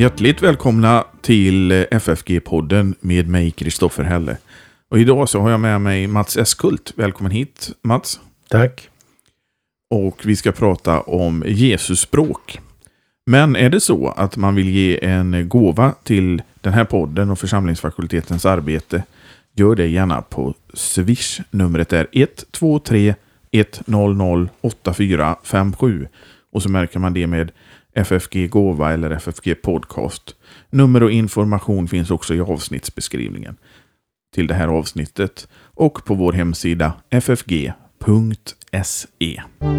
Hjärtligt välkomna till FFG-podden med mig, Kristoffer Helle. Och idag så har jag med mig Mats Eskult. Välkommen hit, Mats. Tack. Och vi ska prata om Jesus språk. Men är det så att man vill ge en gåva till den här podden och församlingsfakultetens arbete, gör det gärna på Swish. Numret är 123 100 8457. Och så märker man det med FFG gåva eller FFG podcast. Nummer och information finns också i avsnittsbeskrivningen till det här avsnittet och på vår hemsida ffg.se.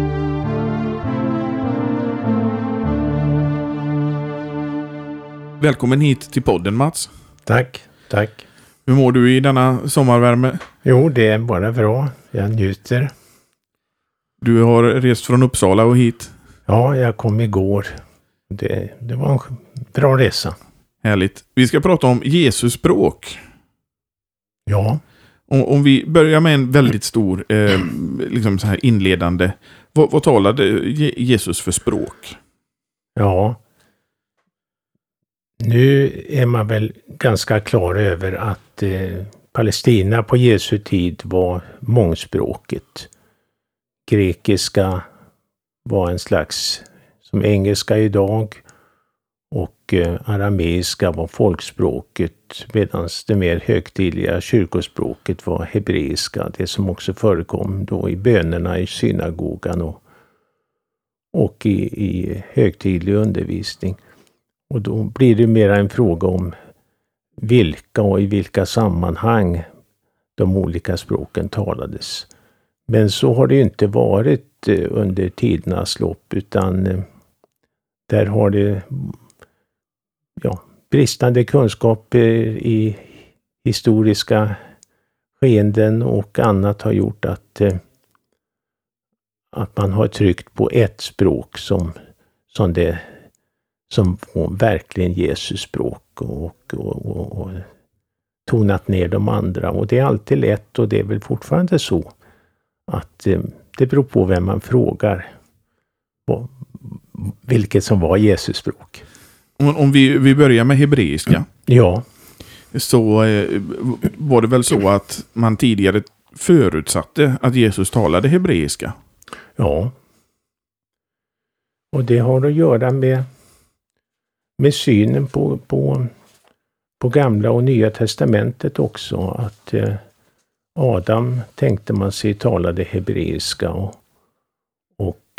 Välkommen hit till podden, Mats. Tack. Hur mår du i denna sommarvärme? Jo, det är bara bra. Jag njuter. Du har rest från Uppsala och hit? Ja, jag kom igår. Det var en bra resa. Härligt. Vi ska prata om Jesus språk. Ja. Om vi börjar med en väldigt stor liksom så här inledande. Vad talade Jesus för språk? Ja. Nu är man väl ganska klar över att Palestina på Jesu tid var mångspråkigt. Grekiska var en slags som engelska idag och arameiska var folkspråket, medan det mer högtidliga kyrkospråket var hebreiska, det som också förekom då i bönerna i synagogan och i högtidlig undervisning. Och då blir det mer en fråga om vilka och i vilka sammanhang de olika språken talades. Men så har det ju inte varit under tidernas lopp, utan där har det bristande kunskaper i historiska skeenden och annat har gjort att man har tryckt på ett språk som verkligen Jesus språk och tonat ner de andra. Och det är alltid lätt, och det är väl fortfarande så, att det beror på vem man frågar vilket som var Jesus språk. Om vi börjar med hebreiska. Ja. Så var det väl så att man tidigare förutsatte att Jesus talade hebreiska? Ja. Och det har att göra med synen på Gamla och Nya testamentet också, att Adam tänkte man sig talade hebreiska och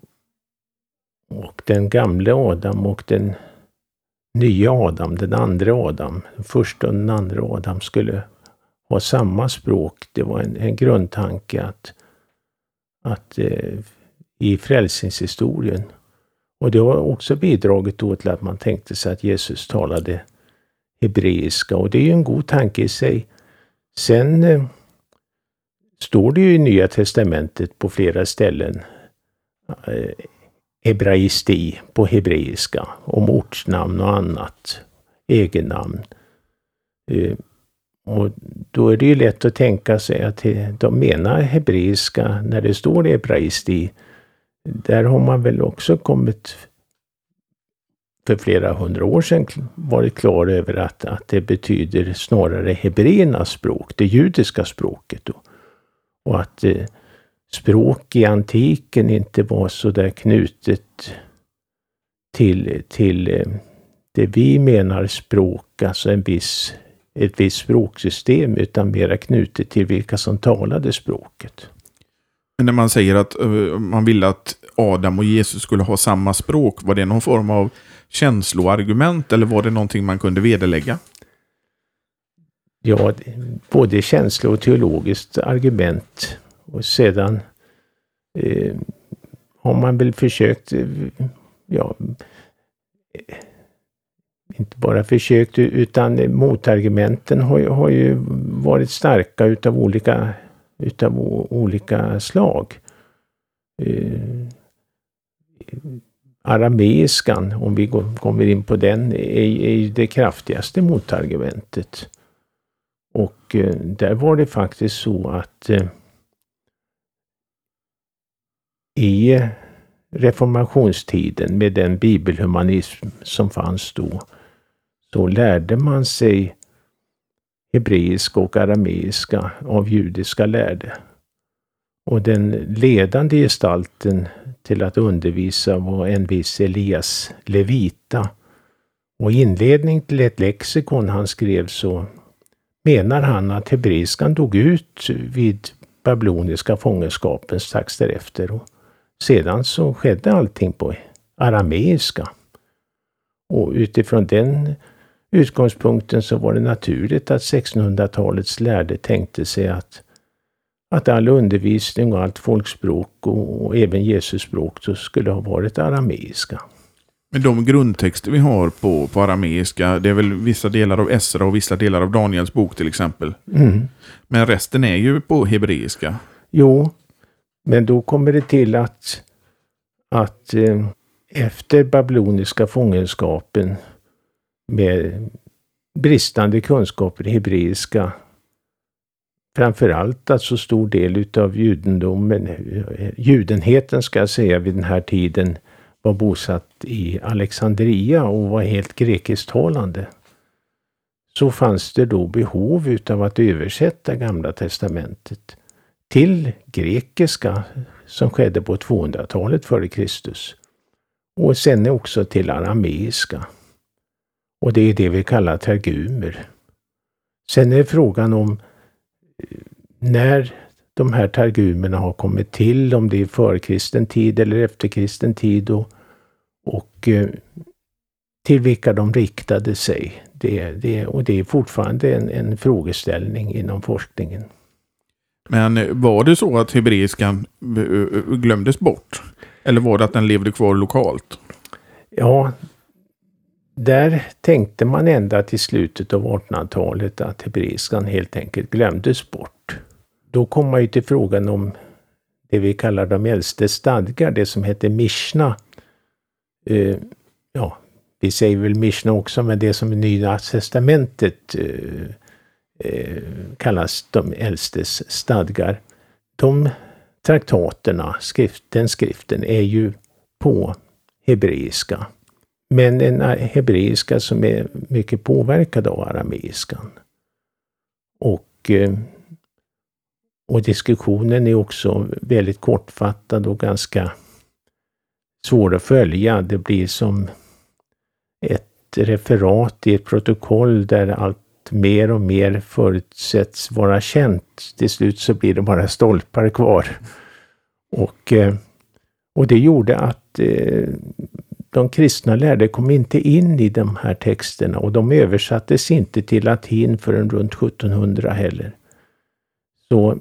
den gamle Adam och den nya Adam, den andra Adam, den första och den andra Adam skulle ha samma språk. Det var en grundtanke att i frälsningshistorien. Och det har också bidragit då till att man tänkte sig att Jesus talade hebreiska, och det är ju en god tanke i sig. Sen står det ju i Nya testamentet på flera ställen hebraisti på hebreiska, om ortsnamn och annat, egennamn. Och då är det ju lätt att tänka sig att de menar hebreiska när det står hebraisti. Där har man väl också kommit för flera hundra år sedan varit klar över att det betyder snarare hebreernas språk, det judiska språket då. Och att språk i antiken inte var så där knutet till det vi menar språk, alltså ett visst språksystem, utan mera knutet till vilka som talade språket. Men när man säger att man ville att Adam och Jesus skulle ha samma språk, var det någon form av känsloargument eller var det någonting man kunde vederlägga? Ja, både känslo- och teologiskt argument. Och sedan har man väl försökt, inte bara försökt, utan motargumenten har ju varit starka utav olika slag. Arameiskan, om vi kommer in på den, är det kraftigaste motargumentet. Och där var det faktiskt så att i reformationstiden med den bibelhumanism som fanns då, så lärde man sig hebreiska och arameiska av judiska lärde. Och den ledande gestalten till att undervisa var en viss Elias Levita. Och i inledning till ett lexikon han skrev så menar han att hebreiskan dog ut vid babyloniska fångenskapen strax därefter. Och sedan så skedde allting på arameiska. Och utifrån den utgångspunkten så var det naturligt att 1600-talets lärde tänkte sig att all undervisning och allt folkspråk och även Jesus språk så skulle ha varit arameiska. Men de grundtexter vi har på arameiska, det är väl vissa delar av Esra och vissa delar av Daniels bok till exempel. Mm. Men resten är ju på hebreiska. Jo, men då kommer det till att efter babyloniska fångenskapen med bristande kunskaper i hebreiska, framförallt att så stor del utav judenheten ska jag säga vid den här tiden var bosatt i Alexandria och var helt grekiskttalande. Så fanns det då behov utav att översätta Gamla testamentet till grekiska som skedde på 200-talet före Kristus. Och sen också till arameiska. Och det är det vi kallar targumer. Sen är frågan om när de här targumerna har kommit till, om det är förkristen tid eller efterkristen tid och till vilka de riktade sig. Och det är fortfarande en frågeställning inom forskningen. Men var det så att hebreiskan glömdes bort? Eller var det att den levde kvar lokalt? Ja, där tänkte man ända till slutet av 1800-talet att hebreiskan helt enkelt glömdes bort. Då kom man ju till frågan om det vi kallar de äldste stadgar, det som heter Mishna. Vi säger väl Mishna också, men det som i Nya testamentet kallas de äldstes stadgar. De traktaterna, den skriften är ju på hebreiska. Men en hebreiska som är mycket påverkad av arameiskan. Och diskussionen är också väldigt kortfattad och ganska svår att följa. Det blir som ett referat i ett protokoll där allt mer och mer förutsätts vara känt. Till slut så blir det bara stolpar kvar. Och det gjorde att de kristna lärde kom inte in i de här texterna och de översattes inte till latin förrän runt 1700 heller. Så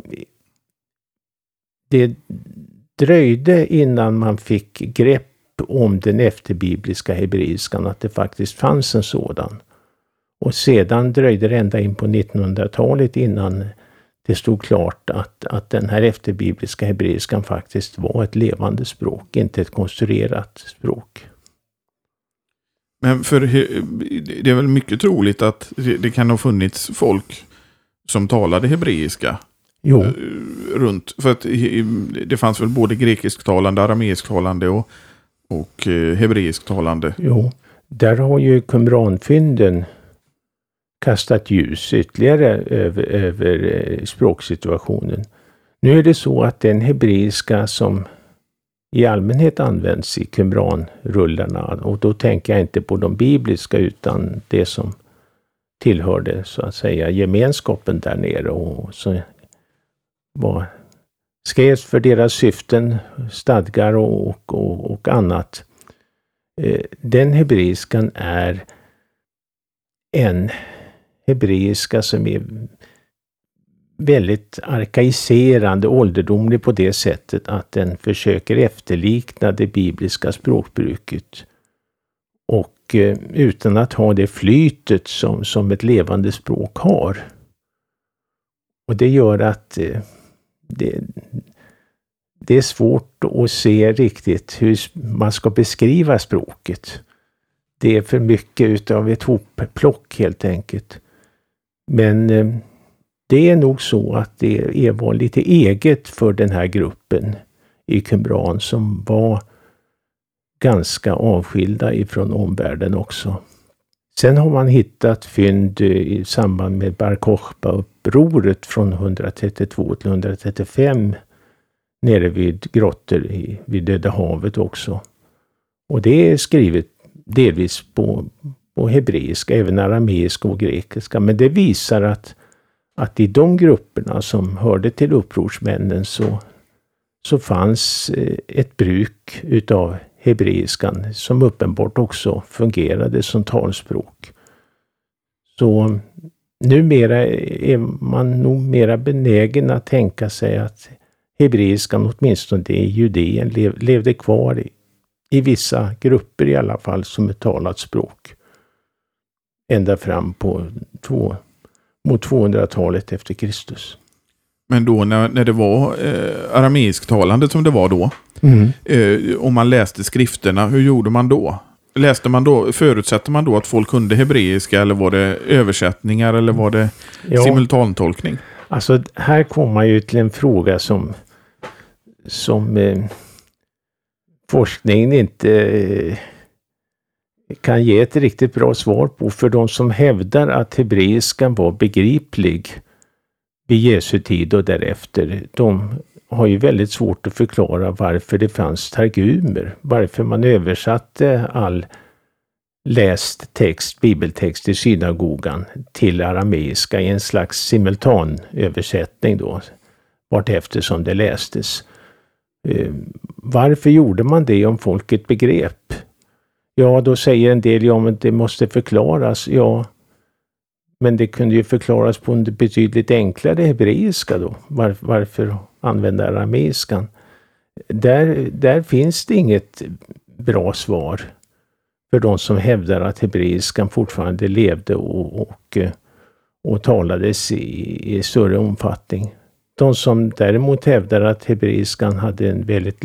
det dröjde innan man fick grepp om den efterbibliska hebreiskan, att det faktiskt fanns en sådan. Och sedan dröjde det ända in på 1900-talet innan det stod klart att den här efterbibliska hebreiskan faktiskt var ett levande språk, inte ett konstruerat språk. Men för det är väl mycket troligt att det kan ha funnits folk som talade hebreiska. Jo. Runt, för att det fanns väl både grekisktalande, arameisktalande och hebreisktalande. Jo, där har ju Qumranfynden kastat ljus ytterligare över språksituationen. Nu är det så att den hebreiska som i allmänhet används i Qumranrullarna, och då tänker jag inte på de bibliska utan det som tillhörde så att säga gemenskapen där nere och så skrevs för deras syften, stadgar och annat. Den hebreiskan är en hebreiska som är väldigt arkaiserande, ålderdomlig på det sättet att den försöker efterlikna det bibliska språkbruket och utan att ha det flytet som ett levande språk har. Och det gör att det är svårt att se riktigt hur man ska beskriva språket. Det är för mycket utav ett hopplock helt enkelt. Men det är nog så att det var lite eget för den här gruppen i Qumran som var ganska avskilda ifrån omvärlden också. Sen har man hittat fynd i samband med Bar Kokhba-upproret från 132 till 135 nere vid grottor vid Döda havet också. Och det är skrivet delvis på hebreiska, även arameiska och grekiska. Men det visar att i de grupperna som hörde till upprorsmännen så fanns ett bruk utav hebreiskan som uppenbart också fungerade som talspråk. Så numera är man nog mera benägen att tänka sig att hebreiskan åtminstone i Judeen levde kvar i vissa grupper i alla fall som ett talat språk. Ända fram mot 200-talet efter Kristus. Men då när det var arameisktalande som det var då, om man läste skrifterna, hur gjorde man då? Förutsätter man då att folk kunde hebreiska, eller var det översättningar, eller var det simultantolkning? Alltså här kommer man ju till en fråga som forskningen inte kan ge ett riktigt bra svar på. För de som hävdar att hebreiskan var begriplig vid Jesu tid och därefter, de har ju väldigt svårt att förklara varför det fanns targumer, varför man översatte all läst text, bibeltext i synagogan till arameiska i en slags simultanöversättning då, vartefter som det lästes. Varför gjorde man det om folket begrep? Ja, då säger en del, men det måste förklaras. Ja, men det kunde ju förklaras på en betydligt enklare hebreiska då. Varför använda arameiskan? Där finns det inget bra svar för de som hävdar att hebreiskan fortfarande levde och talades i större omfattning. De som däremot hävdar att hebreiskan hade en väldigt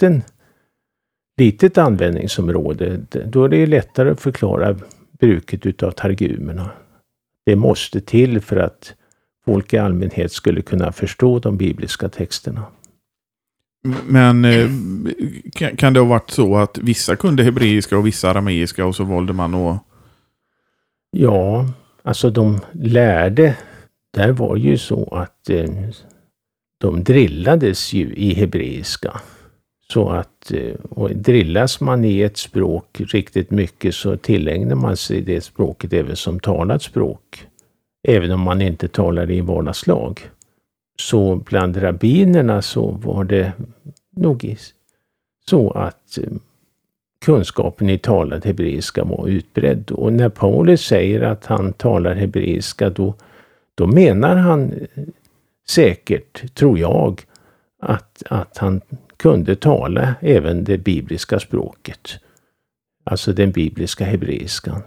litet användningsområde, då är det lättare att förklara bruket utav targumerna. Det måste till för att folk i allmänhet skulle kunna förstå de bibliska texterna. Men kan det ha varit så att vissa kunde hebreiska och vissa arameiska, och så valde man att... Ja, alltså de lärde, där var ju så att de drillades ju i hebreiska. Så att, och drillas man i ett språk riktigt mycket så tillägnar man sig det språket även som talat språk. Även om man inte talar i vardagslag. Så bland rabbinerna så var det nog så att kunskapen i talad hebreiska var utbredd. Och när Paulus säger att han talar hebreiska, då menar han säkert, tror jag, att han kunde tala även det bibliska språket. Alltså den bibliska hebreiskan.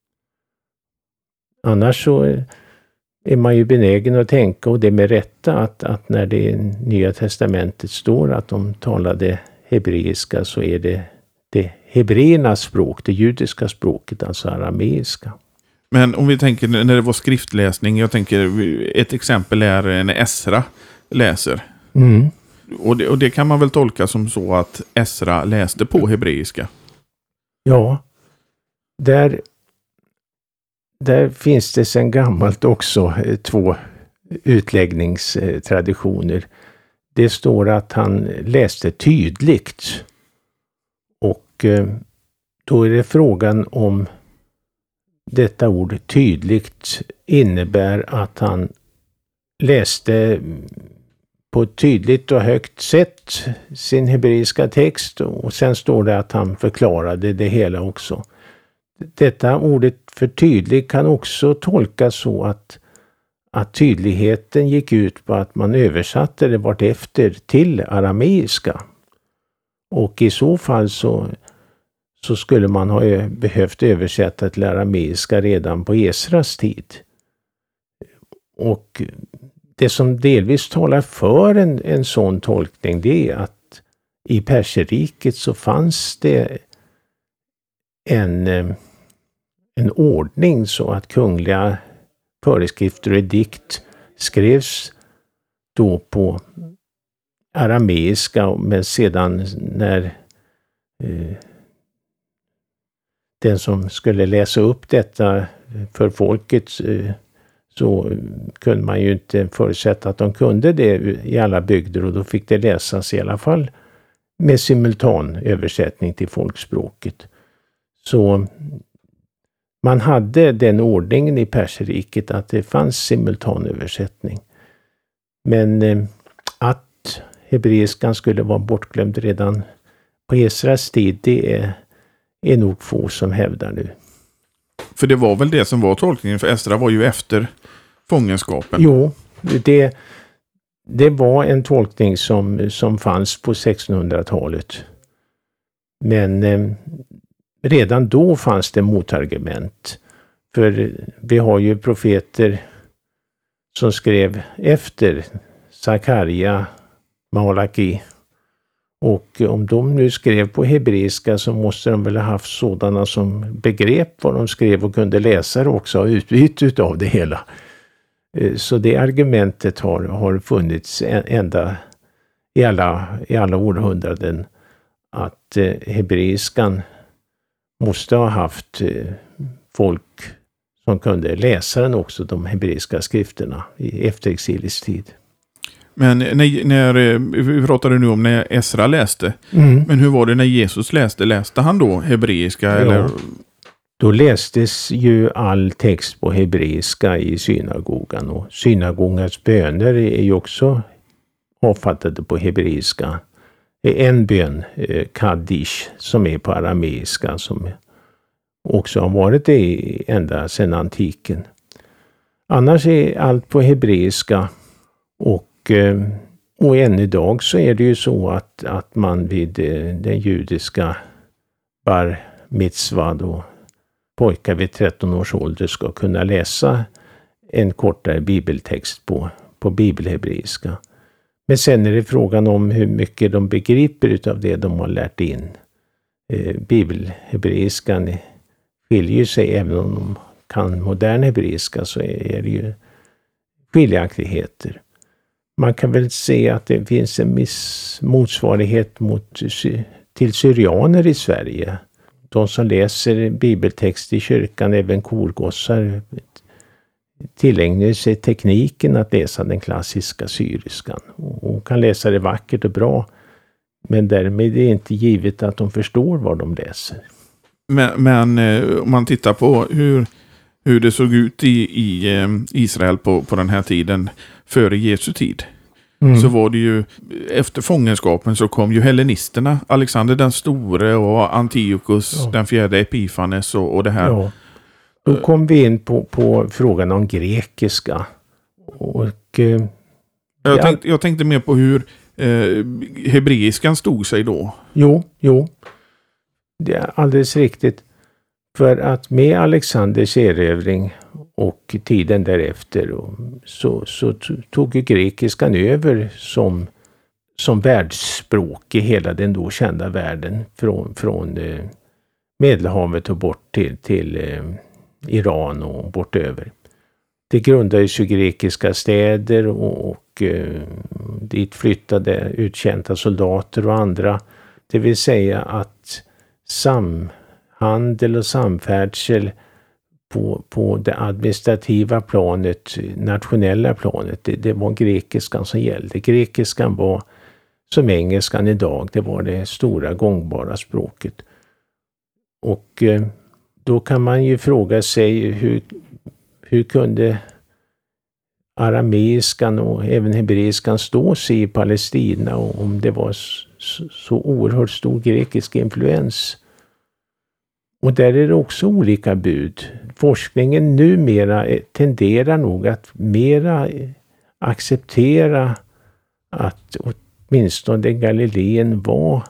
Annars så är man ju benägen att tänka, och det med rätta, att när det i Nya testamentet står att de talade hebreiska, så är det hebreernas språk, det judiska språket, alltså arameiska. Men om vi tänker när det var skriftläsning, jag tänker ett exempel är när Esra läser. Mm. Och det kan man väl tolka som så att Esra läste på hebreiska? Ja, där finns det sedan gammalt också två utläggningstraditioner. Det står att han läste tydligt, och då är det frågan om detta ord tydligt innebär att han läste på ett tydligt och högt sätt sin hebreiska text, och sen står det att han förklarade det hela också. Detta ordet för tydlig kan också tolkas så att tydligheten gick ut på att man översatte det vartefter till arameiska. Och i så fall så skulle man ha behövt översätta till arameiska redan på Esras tid. Och det som delvis talar för en sån tolkning, det är att i Perserriket så fanns det en ordning så att kungliga föreskrifter och edikt skrevs då på arameiska, men sedan när den som skulle läsa upp detta för folket, så kunde man ju inte förutsätta att de kunde det i alla bygder, och då fick det läsas i alla fall med simultan översättning till folkspråket. Så man hade den ordningen i Perserriket att det fanns simultanöversättning. Men att hebreiskan skulle vara bortglömd redan på Esras tid, det är nog få som hävdar nu. För det var väl det som var tolkningen, för Esra var ju efter fångenskapen. Jo, det var en tolkning som fanns på 1600-talet. Men redan då fanns det motargument. För vi har ju profeter som skrev efter Sakarja, Malaki. Och om de nu skrev på hebreiska så måste de väl ha haft sådana som begrep vad de skrev och kunde läsa det också och utbyte av det hela. Så det argumentet har funnits ända i alla århundraden, att hebreiskan måste ha haft folk som kunde läsa den också, de hebreiska skrifterna i efterexilisk tid. Men när vi pratade nu om när Esra läste, men hur var det när Jesus läste? Läste han då hebreiska? Ja, eller? Då lästes ju all text på hebreiska i synagogan, och synagogans böner är ju också avfattade på hebreiska. En bön, Kaddish, som är på arameiska, som också har varit det ända sedan antiken. Annars är allt på hebreiska, och än idag så är det ju så att man vid den judiska bar mitzvah, då pojkar vid 13 års ålder ska kunna läsa en kortare bibeltext på bibelhebreiska. Men sen är det frågan om hur mycket de begriper utav det de har lärt in. Bibelhebreiskan skiljer sig, även om de kan modern hebreiska, så är det ju skiljaktigheter. Man kan väl se att det finns en motsvarighet till syrianer i Sverige. De som läser bibeltext i kyrkan, även korgossar, tillägnar sig tekniken att läsa den klassiska syriskan. Och kan läsa det vackert och bra, men därmed är det inte givet att de förstår vad de läser. Men om man tittar på hur det såg ut i Israel på den här tiden, före Jesu tid, så var det ju, efter fångenskapen så kom ju hellenisterna, Alexander den store och Antiochus den fjärde Epifanes och det här. Ja. Då kom vi in på frågan om grekiska. Och jag tänkte mer på hur hebreiskan stod sig då. Jo. Det är alldeles riktigt. För att med Alexanders erövring och tiden därefter så tog ju grekiskan över som världsspråk i hela den då kända världen, från Medelhavet och bort till Iran och bortöver. Det grundades ju grekiska städer och dit flyttade uttjänta soldater och andra. Det vill säga att samhandel och samfärdsel på det administrativa planet, nationella planet, det var grekiskan som gällde. Grekiskan var som engelskan idag, det var det stora gångbara språket. Och då kan man ju fråga sig hur kunde arameiskan och även hebreiskan stå sig i Palestina, och om det var så oerhört stor grekisk influens. Och där är det också olika bud. Forskningen numera tenderar nog att mera acceptera att åtminstone Galileen var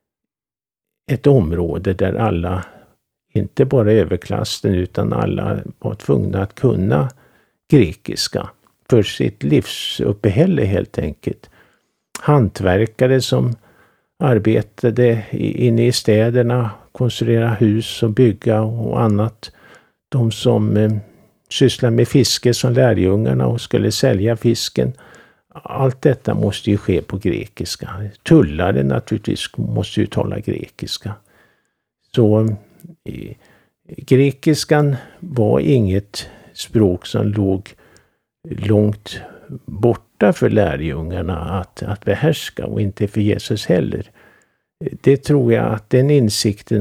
ett område där alla, inte bara överklassen utan alla, var tvungna att kunna grekiska för sitt livsuppehälle helt enkelt. Hantverkare som arbetade inne i städerna, konstruera hus och bygga och annat. De som sysslar med fiske som lärjungarna och skulle sälja fisken. Allt detta måste ju ske på grekiska. Tullare naturligtvis måste ju tala grekiska. Så Grekiskan var inget språk som låg långt borta för lärjungarna att behärska, och inte för Jesus heller. Det tror jag att den insikten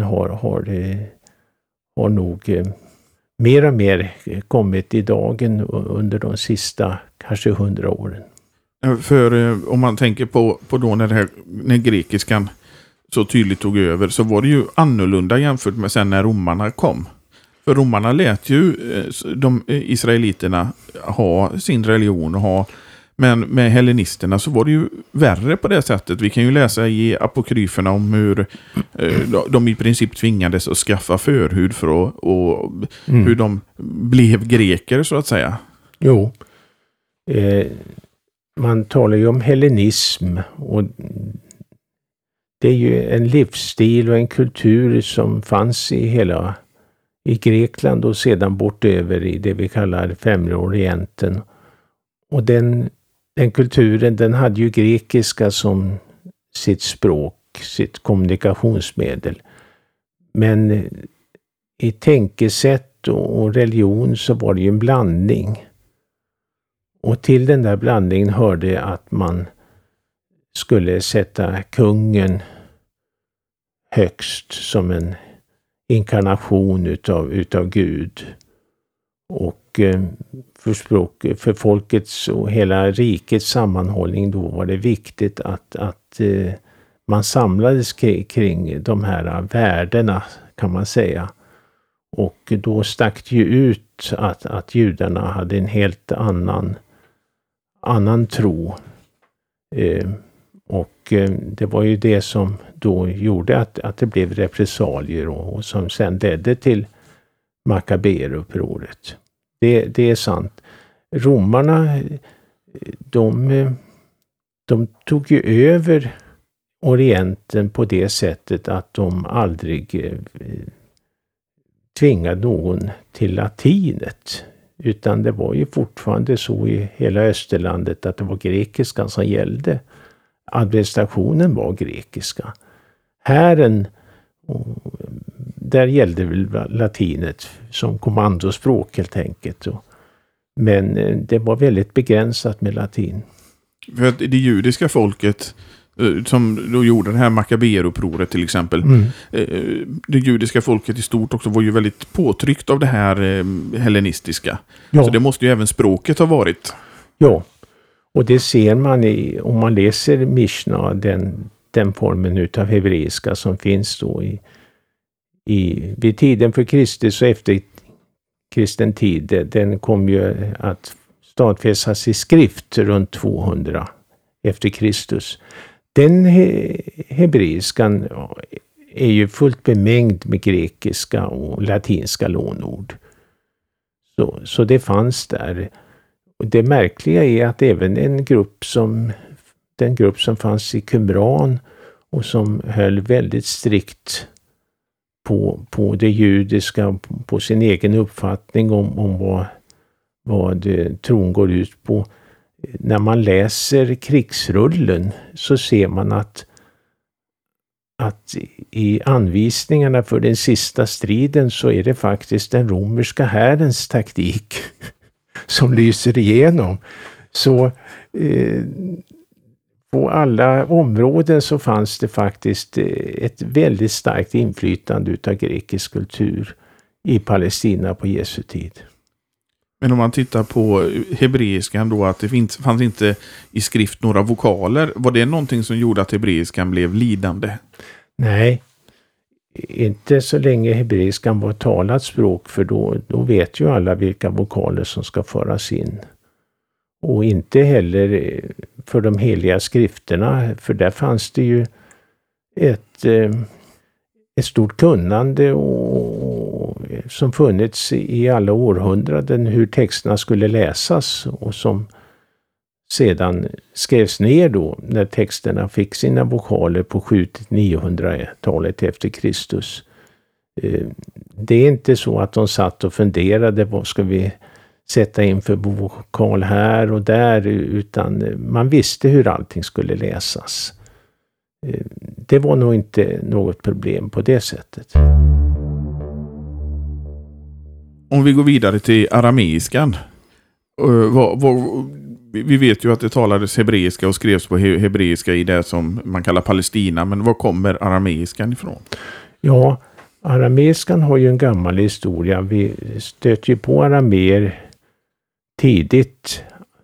har nog mer och mer kommit i dagen under de sista kanske 100 åren. För om man tänker på då när grekiskan så tydligt tog över, så var det ju annorlunda jämfört med sen när romarna kom. För romarna lät ju de israeliterna ha sin religion men med hellenisterna så var det ju värre på det sättet. Vi kan ju läsa i apokryferna om hur de i princip tvingades att skaffa förhud och hur de blev greker så att säga. Jo, man talar ju om hellenism, och det är ju en livsstil och en kultur som fanns i Grekland och sedan bort över i det vi kallar Främre Orienten. Och den kulturen, den hade ju grekiska som sitt språk, sitt kommunikationsmedel. Men i tänkesätt och religion så var det ju en blandning. Och till den där blandningen hörde att man skulle sätta kungen högst som en inkarnation utav Gud. Och för folkets och hela rikets sammanhållning då var det viktigt att man samlades kring de här värdena, kan man säga. Och då stack det ju ut att judarna hade en helt annan tro. Och det var ju det som då gjorde att det blev repressalier och som sen ledde till Makabeerupproret. Det är sant. Romarna, de tog ju över Orienten på det sättet att de aldrig tvingade någon till latinet. Utan det var ju fortfarande så i hela Österlandet att det var grekiskan som gällde. Administrationen var grekiska. Hären, där gällde väl latinet som kommandospråk helt enkelt. Men det var väldigt begränsat med latin. För att det judiska folket som då gjorde det här Makabeerupproret till exempel. Det judiska folket i stort också var ju väldigt påtryckt av det här hellenistiska. Ja. Så det måste ju även språket ha varit. Ja, och det ser man om man läser Mishna, den formen utav hebreiska som finns då vid tiden för Kristus och efter kristen tid. Den kom ju att stadfästas i skrift runt 200 efter Kristus. Den hebreiskan är ju fullt bemängd med grekiska och latinska lånord. Så det fanns där. Och det märkliga är att även den grupp som fanns i Qumran och som höll väldigt strikt på det judiska, på sin egen uppfattning om vad tron går ut på. När man läser krigsrullen så ser man att i anvisningarna för den sista striden så är det faktiskt den romerska härens taktik som lyser igenom. Så på alla områden så fanns det faktiskt ett väldigt starkt inflytande utav grekisk kultur i Palestina på Jesu tid. Men om man tittar på hebreiskan då, att det fanns inte i skrift några vokaler. Var det någonting som gjorde att hebreiskan blev lidande? Nej, inte så länge hebreiskan var talat språk, för då vet ju alla vilka vokaler som ska föras in. Och inte heller för de heliga skrifterna, för där fanns det ju ett stort kunnande som funnits i alla århundraden hur texterna skulle läsas och som sedan skrevs ner då när texterna fick sina vokaler på 700-900-talet efter Kristus. Det är inte så att de satt och funderade vad ska vi sätta in för vokal här och där, utan man visste hur allting skulle läsas. Det var nog inte något problem på det sättet. Om vi går vidare till arameiskan. Vi vet ju att det talades hebreiska och skrevs på hebreiska i det som man kallar Palestina. Men var kommer arameiskan ifrån? Ja, arameiskan har ju en gammal historia. Vi stöter ju på arameer tidigt.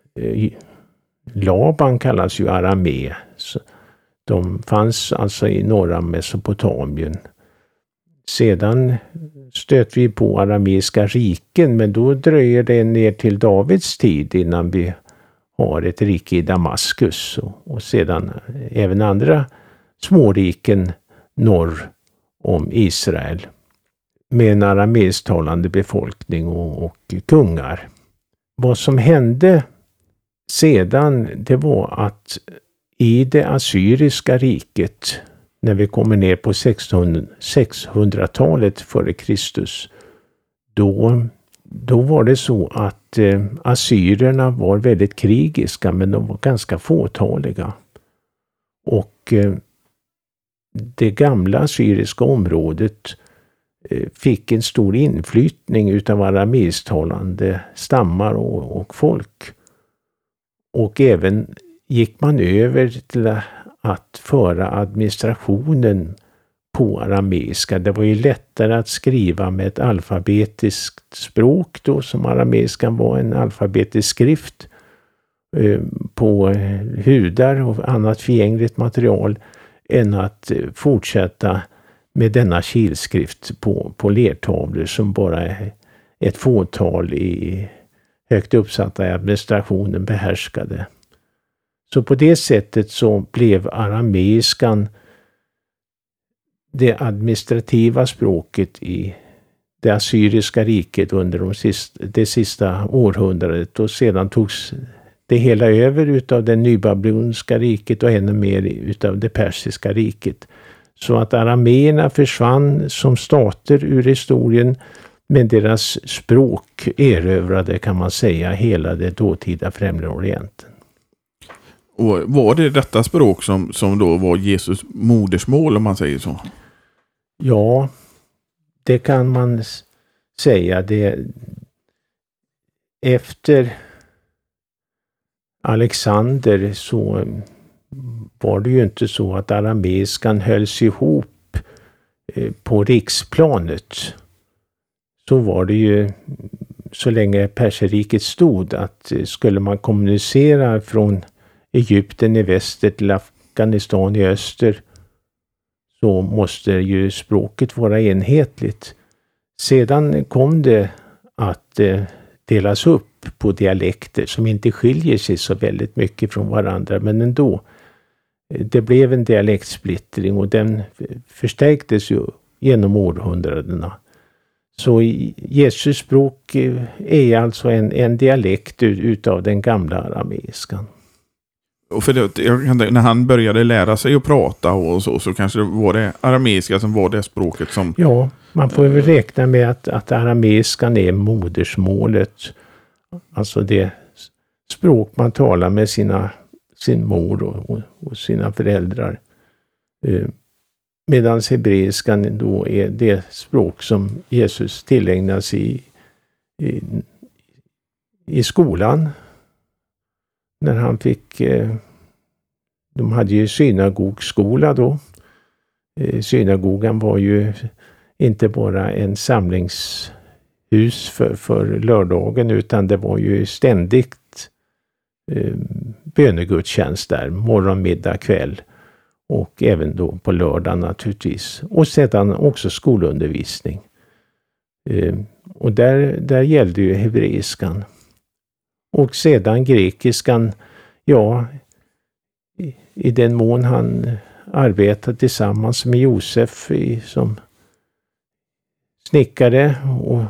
Laban kallas ju aramé. De fanns alltså i norra Mesopotamien. Sedan stöter vi på arameiska riken, men då dröjer det ner till Davids tid innan vi har ett rike i Damaskus och sedan även andra småriken norr om Israel med en arameisktalande befolkning och kungar. Vad som hände sedan, det var att i det assyriska riket, när vi kommer ner på 600-talet före Kristus, då var det så att assyrierna var väldigt krigiska, men de var ganska fåtaliga. Och det gamla assyriska området fick en stor inflyttning utav arameisktalande stammar och folk. Och även gick man över till att föra administrationen på arameiska. Det var ju lättare att skriva med ett alfabetiskt språk då, som arameiskan var en alfabetisk skrift på hudar och annat förgängligt material, än att fortsätta med denna kilskrift på lertavlor som bara ett fåtal i högt uppsatta i administrationen behärskade. Så på det sättet så blev arameiskan det administrativa språket i det assyriska riket under det sista århundradet, och sedan togs det hela över utav det nybabyloniska riket och ännu mer utav det persiska riket. Så att arameerna försvann som stater ur historien, men deras språk erövrade, kan man säga, hela det dåtida Främre Orienten. Och var det detta språk som då var Jesus modersmål, om man säger så? Ja, det kan man säga. Efter Alexander så var det ju inte så att arameiskan hölls ihop på riksplanet. Så var det ju så länge Perserriket stod, att skulle man kommunicera från Egypten i väster till Afghanistan i öster, så måste ju språket vara enhetligt. Sedan kom det att delas upp på dialekter som inte skiljer sig så väldigt mycket från varandra, men ändå. Det blev en dialektsplittring och den förstärktes ju genom århundradena. Så Jesus språk är alltså en dialekt utav den gamla arameiskan. Och för det, när han började lära sig att prata och så kanske det var det arameiska som var det språket som... Ja, man får väl räkna med att arameiskan är modersmålet. Alltså det språk man talar med sin mor och sina föräldrar. Medan hebreiskan då är det språk som Jesus tillägnas i skolan. När han fick, de hade ju synagogskola då. Synagogan var ju inte bara en samlingshus för lördagen, utan det var ju ständigt bönegudstjänst där, morgon, middag, kväll. Och även då på lördag naturligtvis. Och sedan också skolundervisning. Och där gällde ju hebreiskan. Och sedan grekiskan, ja, i den mån han arbetade tillsammans med Josef som snickare och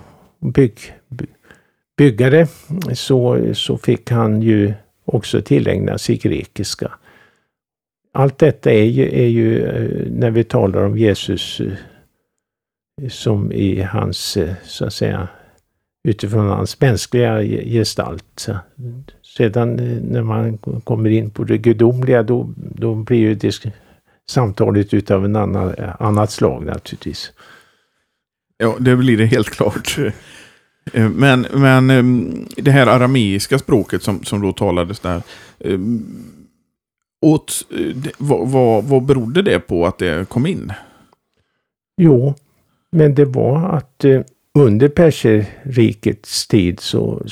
byggare, så fick han ju också tillägna sig grekiska. Allt detta är ju när vi talar om Jesus som i hans, så att säga, utifrån hans mänskliga gestalt. Sedan när man kommer in på det gudomliga, då blir ju det samtalet utav en annat slag naturligtvis. Ja, det blir det helt klart. Men det här arameiska språket som då talades där, vad berodde det på att det kom in? Jo, men det var att under Perserrikets tid så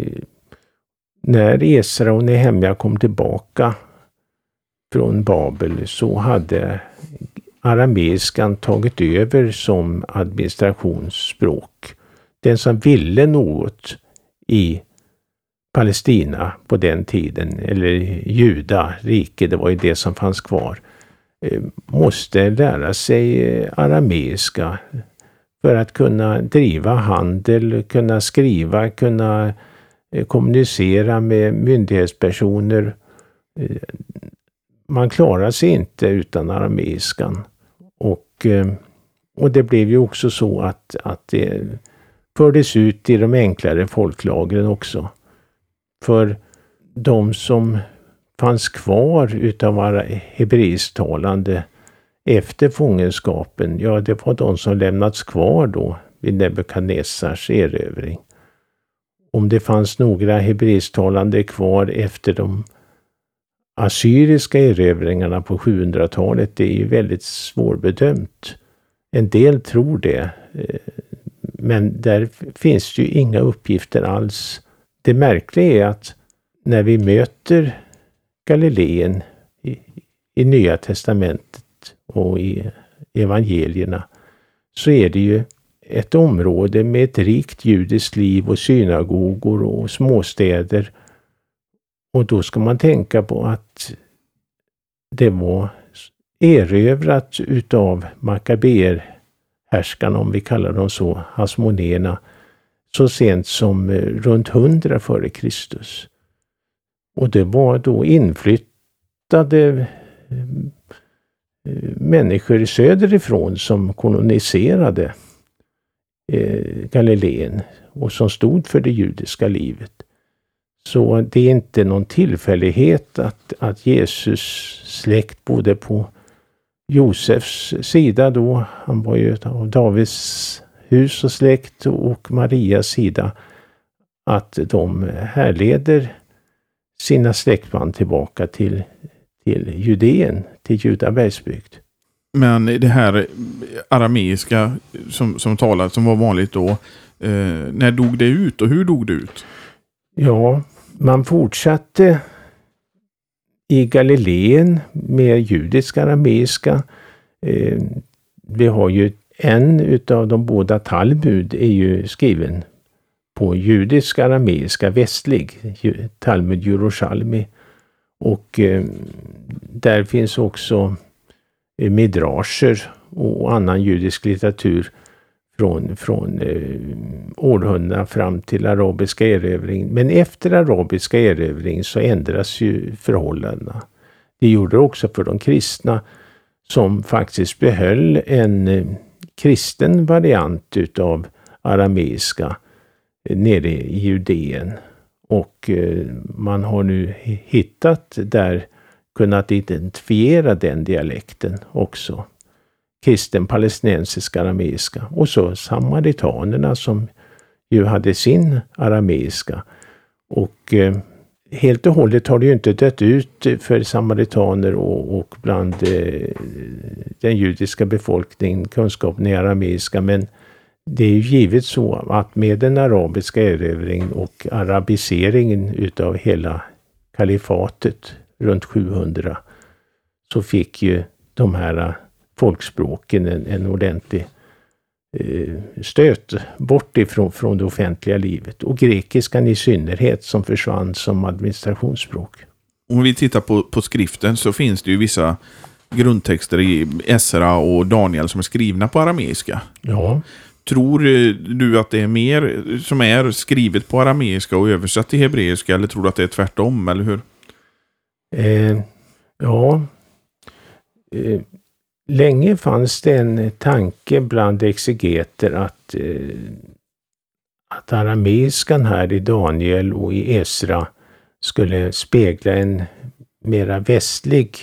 när Esra och Nehemja kom tillbaka från Babel så hade arameiskan tagit över som administrationsspråk. Den som ville något i Palestina på den tiden, eller Juda, rike, det var ju det som fanns kvar, måste lära sig arameiska för att kunna driva handel, kunna skriva, kunna kommunicera med myndighetspersoner. Man klarar sig inte utan arameiskan. Och det blev ju också så att det fördes ut i de enklare folklagren också. För de som fanns kvar utav hebreistalande efter fångenskapen, ja, det var de som lämnats kvar då vid Nebukadnessars erövring. Om det fanns några hebreistalande kvar efter de assyriska erövringarna på 700-talet, det är ju väldigt svårbedömt. En del tror det, men där finns ju inga uppgifter alls. Det märkliga är att när vi möter Galileen i Nya testamentet och i evangelierna så är det ju ett område med ett rikt judiskt liv och synagogor och småstäder. Och då ska man tänka på att det var erövrat utav makabeerhärskarna, om vi kallar dem så, hasmonéerna, så sent som runt 100 före Kristus. Och det var då inflyttade människor söderifrån som koloniserade Galileen och som stod för det judiska livet. Så det är inte någon tillfällighet att Jesus släkt bodde på Josefs sida då. Han var ju av Davids hus och släkt, och Marias sida, att de härleder sina släktband tillbaka till Judeen, till Judabergsbygd. Men det här arameiska som talades, som var vanligt då, när dog det ut och hur dog det ut? Ja, man fortsatte i Galileen med judisk arameiska. Vi har ju en utav de båda Talmud är ju skriven på judisk arameiska, västlig, Talmud Yerushalmi. Och där finns också midrascher och annan judisk litteratur från århundraden fram till arabiska erövring. Men efter arabiska erövring så ändras ju förhållandena. Det gjorde det också för de kristna, som faktiskt behöll en kristen variant utav arameiska nere i Judeen. Och man har nu hittat där, kunnat identifiera den dialekten också. Kristen palestinensisk arameiska. Och så samaritanerna som ju hade sin arameiska. Och helt och hållet har det ju inte dött ut för samaritaner och bland den judiska befolkningen kunskapen i arameiska. Men det är ju givet så att med den arabiska erövringen och arabiseringen utav hela kalifatet runt 700 så fick ju de här folkspråken en ordentlig stöt bort ifrån det offentliga livet. Och grekiskan i synnerhet, som försvann som administrationsspråk. Om vi tittar på skriften så finns det ju vissa grundtexter i Esra och Daniel som är skrivna på arameiska. Ja. Tror du att det är mer som är skrivet på arameiska och översatt till hebreiska, eller tror du att det är tvärtom, eller hur? Länge fanns det en tanke bland exegeter att arameiskan här i Daniel och i Esra skulle spegla en mera västlig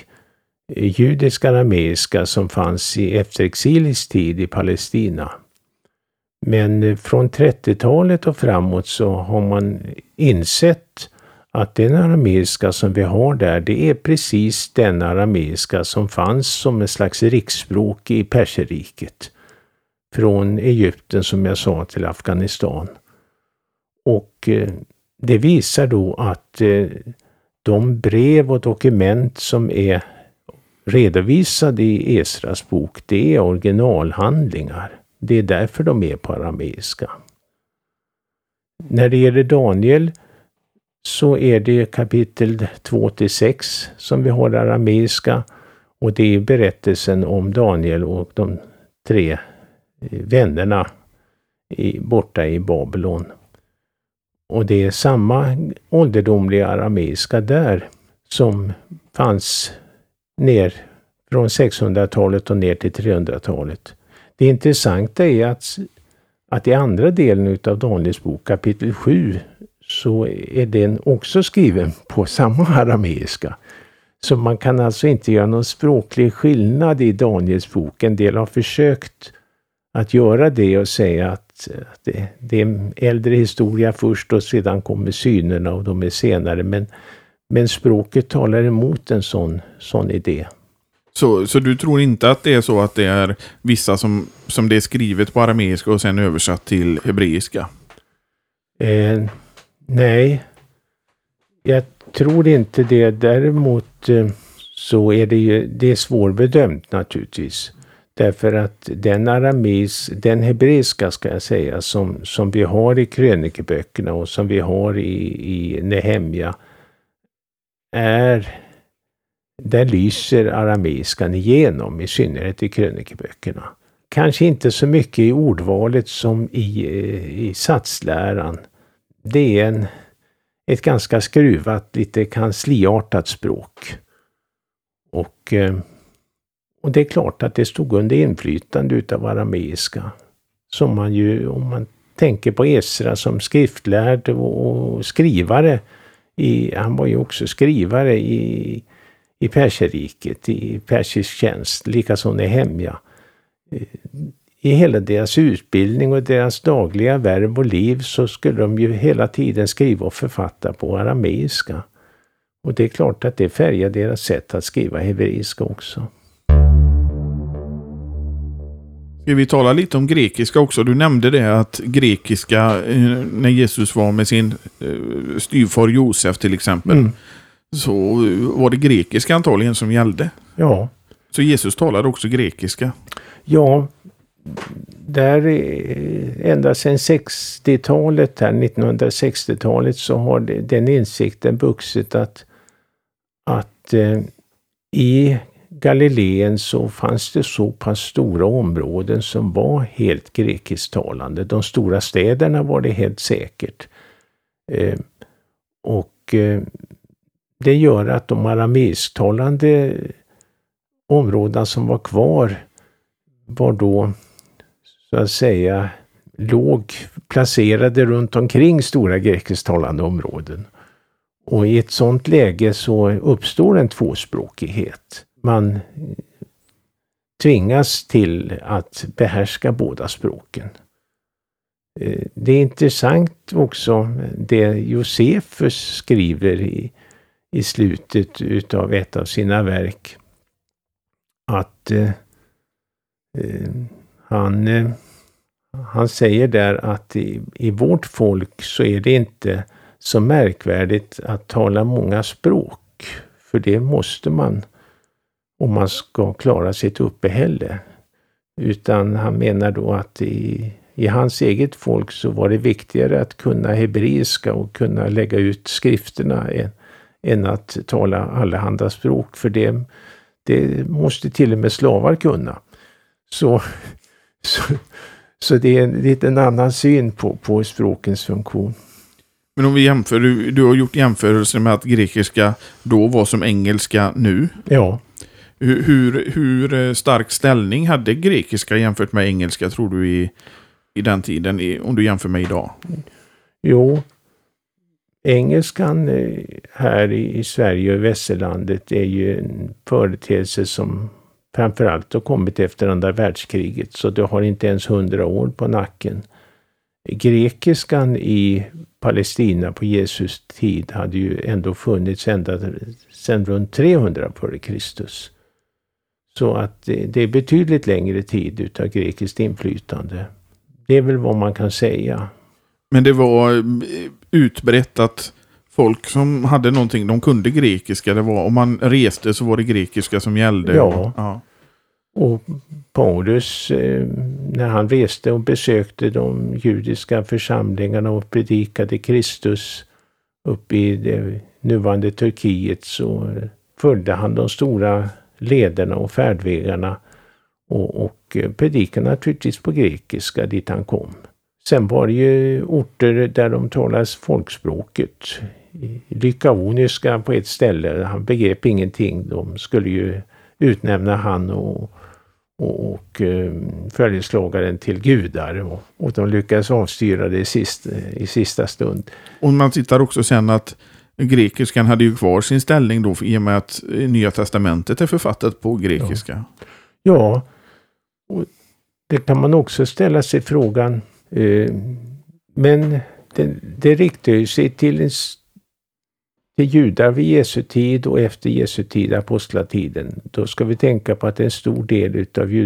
judisk arameiska som fanns i efterexilisk tid i Palestina. Men från 30-talet och framåt så har man insett att den arameiska som vi har där, det är precis den arameiska som fanns som en slags riksspråk i Perserriket. Från Egypten, som jag sa, till Afghanistan. Och det visar då att de brev och dokument som är redovisade i Esras bok, det är originalhandlingar. Det är därför de är på arameiska. När det gäller Daniel så är det kapitel 2-6 som vi har arameiska, och det är berättelsen om Daniel och de 3 vännerna borta i Babylon. Och det är samma ålderdomliga arameiska där som fanns ner från 600-talet och ner till 300-talet. Det intressanta är att i andra delen av Daniels bok, kapitel 7, så är den också skriven på samma arameiska. Så man kan alltså inte göra någon språklig skillnad i Daniels bok. En del har försökt att göra det och säga att det är äldre historia först och sedan kommer synerna och de är senare. Men språket talar emot en sån idé. Så du tror inte att det är så att det är vissa som det är skrivet på arameiska och sen översatt till hebreiska? Nej, jag tror inte det. Däremot så är det är svårbedömt naturligtvis. Därför att den hebreiska ska jag säga, som vi har i krönikeböckerna och som vi har i Nehemja, där lyser arameiskan igenom, i synnerhet i krönikeböckerna. Kanske inte så mycket i ordvalet som i satsläran. Det är ett ganska skruvat, lite kansliartat språk. Och det är klart att det stod under inflytande utav arameiska. Som man ju, om man tänker på Esra som skriftlärd och skrivare, han var ju också skrivare i Perserriket, i persisk tjänst, likaså Nehemja. I hela deras utbildning och deras dagliga värv och liv så skulle de ju hela tiden skriva och författa på arameiska. Och det är klart att det färgar deras sätt att skriva hebreiska också. Ska vi tala lite om grekiska också? Du nämnde det att grekiska, när Jesus var med sin styvfar Josef till exempel, så var det grekiska antagligen som gällde. Ja. Så Jesus talade också grekiska? Ja, där ända sedan 60-talet, 1960-talet, så har den insikten vuxit att i Galileen så fanns det så pass stora områden som var helt grekisktalande. De stora städerna var det helt säkert. Och det gör att de arameisktalande områden som var kvar var då så att säga låg placerade runt omkring stora grekisktalande områden. Och i ett sådant läge så uppstår en tvåspråkighet. Man tvingas till att behärska båda språken. Det är intressant också det Josefus skriver i slutet utav ett av sina verk. Att han säger där att i vårt folk så är det inte så märkvärdigt att tala många språk. För det måste man om man ska klara sitt uppehälle. Utan han menar då att i hans eget folk så var det viktigare att kunna hebreiska och kunna lägga ut skrifterna än att tala allehanda språk. För det måste till och med slavar kunna. Så det är en liten annan syn på språkens funktion. Men om vi jämför, du har gjort jämförelser med att grekiska då var som engelska nu. Ja. Hur stark ställning hade grekiska jämfört med engelska, tror du, i den tiden, om du jämför med idag? Jo, engelskan här i Sverige och i Västerlandet är ju en företeelse som framförallt har kommit efter andra världskriget, så det har inte ens 100 år på nacken. Grekiskan i Palestina på Jesus tid hade ju ändå funnits ända sedan runt 300 före Kristus. Så att det är betydligt längre tid utav grekiskt inflytande. Det är väl vad man kan säga. Men det var utbrett att folk som hade någonting, de kunde grekiska. Det var, om man reste så var det grekiska som gällde. Ja. Och Paulus, när han reste och besökte de judiska församlingarna och predikade Kristus uppe i det nuvarande Turkiet, så följde han de stora lederna och färdvägarna och predikade naturligtvis på grekiska dit han kom. Sen var det ju orter där de talas folkspråket. Lykaoniska på ett ställe, han begrep ingenting. De skulle ju utnämna han och följeslagaren till gudar, och de lyckades avstyra det i sista stund. Och man tittar också sen att grekiskan hade ju kvar sin ställning då, i och med att Nya testamentet är författat på grekiska. Ja, och det kan man också ställa sig frågan, men det riktar ju sig till judar vid Jesu tid och efter Jesu tid, apostlatiden. Då ska vi tänka på att en stor del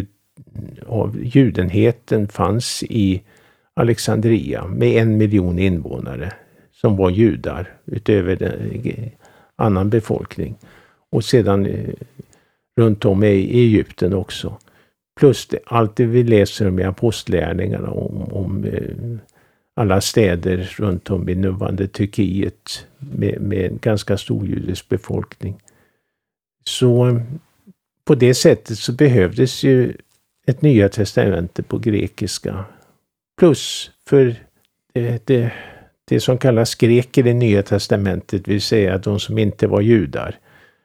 av judenheten fanns i Alexandria med 1 miljon invånare som var judar utöver annan befolkning. Och sedan runt om i Egypten också. Plus allt det vi läser om i apostlärningarna om alla städer runt om i nuvarande Turkiet med en ganska stor judisk befolkning. Så på det sättet så behövdes ju ett Nya testamentet på grekiska. Plus för det som kallas greker i Nya testamentet, vill säga de som inte var judar.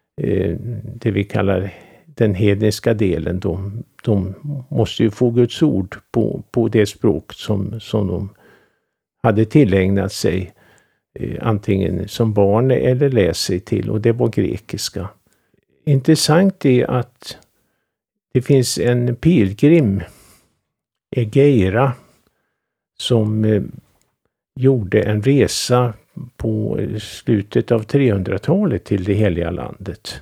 Det vi kallar den hedniska delen, de måste ju få Guds ord på det språk som de hade tillägnat sig antingen som barn eller läst sig till, och det var grekiska. Intressant är att det finns en pilgrim, Egeira, som gjorde en resa på slutet av 300-talet till det heliga landet.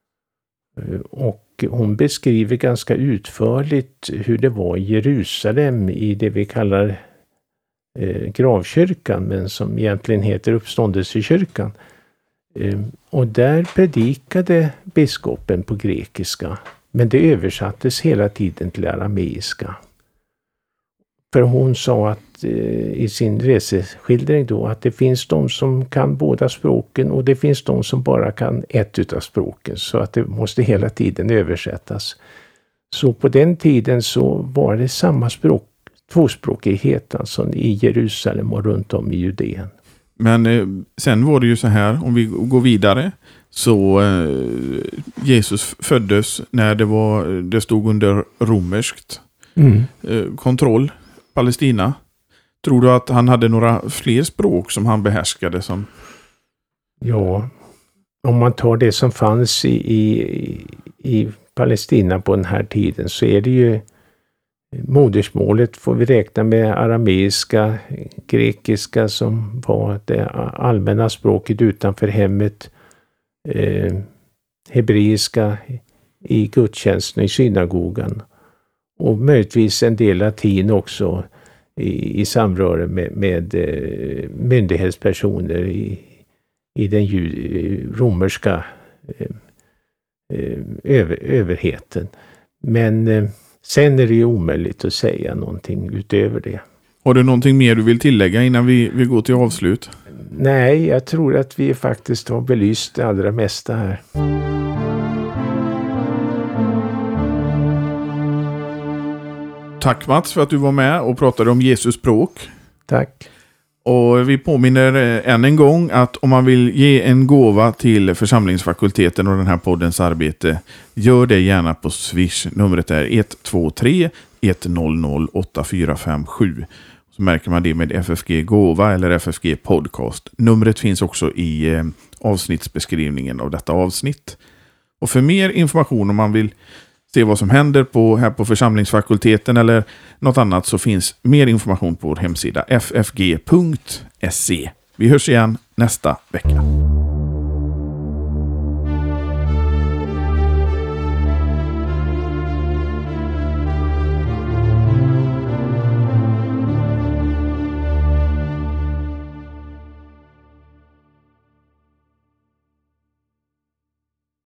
Och hon beskriver ganska utförligt hur det var i Jerusalem i det vi kallar gravkyrkan, men som egentligen heter uppståndelsekyrkan. Och där predikade biskopen på grekiska, men det översattes hela tiden till arameiska. För hon sa att i sin reseskildring då, att det finns de som kan båda språken och det finns de som bara kan ett utav språken, så att det måste hela tiden översättas. Så på den tiden så var det samma språk, tvåspråkighet alltså i Jerusalem och runt om i Judeen. Men sen var det ju så här, om vi går vidare, så Jesus föddes när det stod under romerskt kontroll, Palestina. Tror du att han hade några fler språk som han behärskade? Ja, om man tar det som fanns i Palestina på den här tiden, så är det ju modersmålet, får vi räkna med arameiska, grekiska som var det allmänna språket utanför hemmet, hebreiska i gudstjänsten i synagogan och möjligtvis en del latin också i samröre med myndighetspersoner i den romerska överheten. Men sen är det ju omöjligt att säga någonting utöver det. Har du någonting mer du vill tillägga innan vi går till avslut? Nej, jag tror att vi faktiskt har belyst det allra mesta här. Tack Mats för att du var med och pratade om Jesus språk. Tack. Och vi påminner än en gång att om man vill ge en gåva till församlingsfakulteten och den här poddens arbete, gör det gärna på Swish. Numret är 123 100 8457. Så märker man det med FFG gåva eller FFG podcast. Numret finns också i avsnittsbeskrivningen av detta avsnitt. Och för mer information om man vill se vad som händer här på församlingsfakulteten eller något annat, så finns mer information på vår hemsida ffg.se. Vi hörs igen nästa vecka.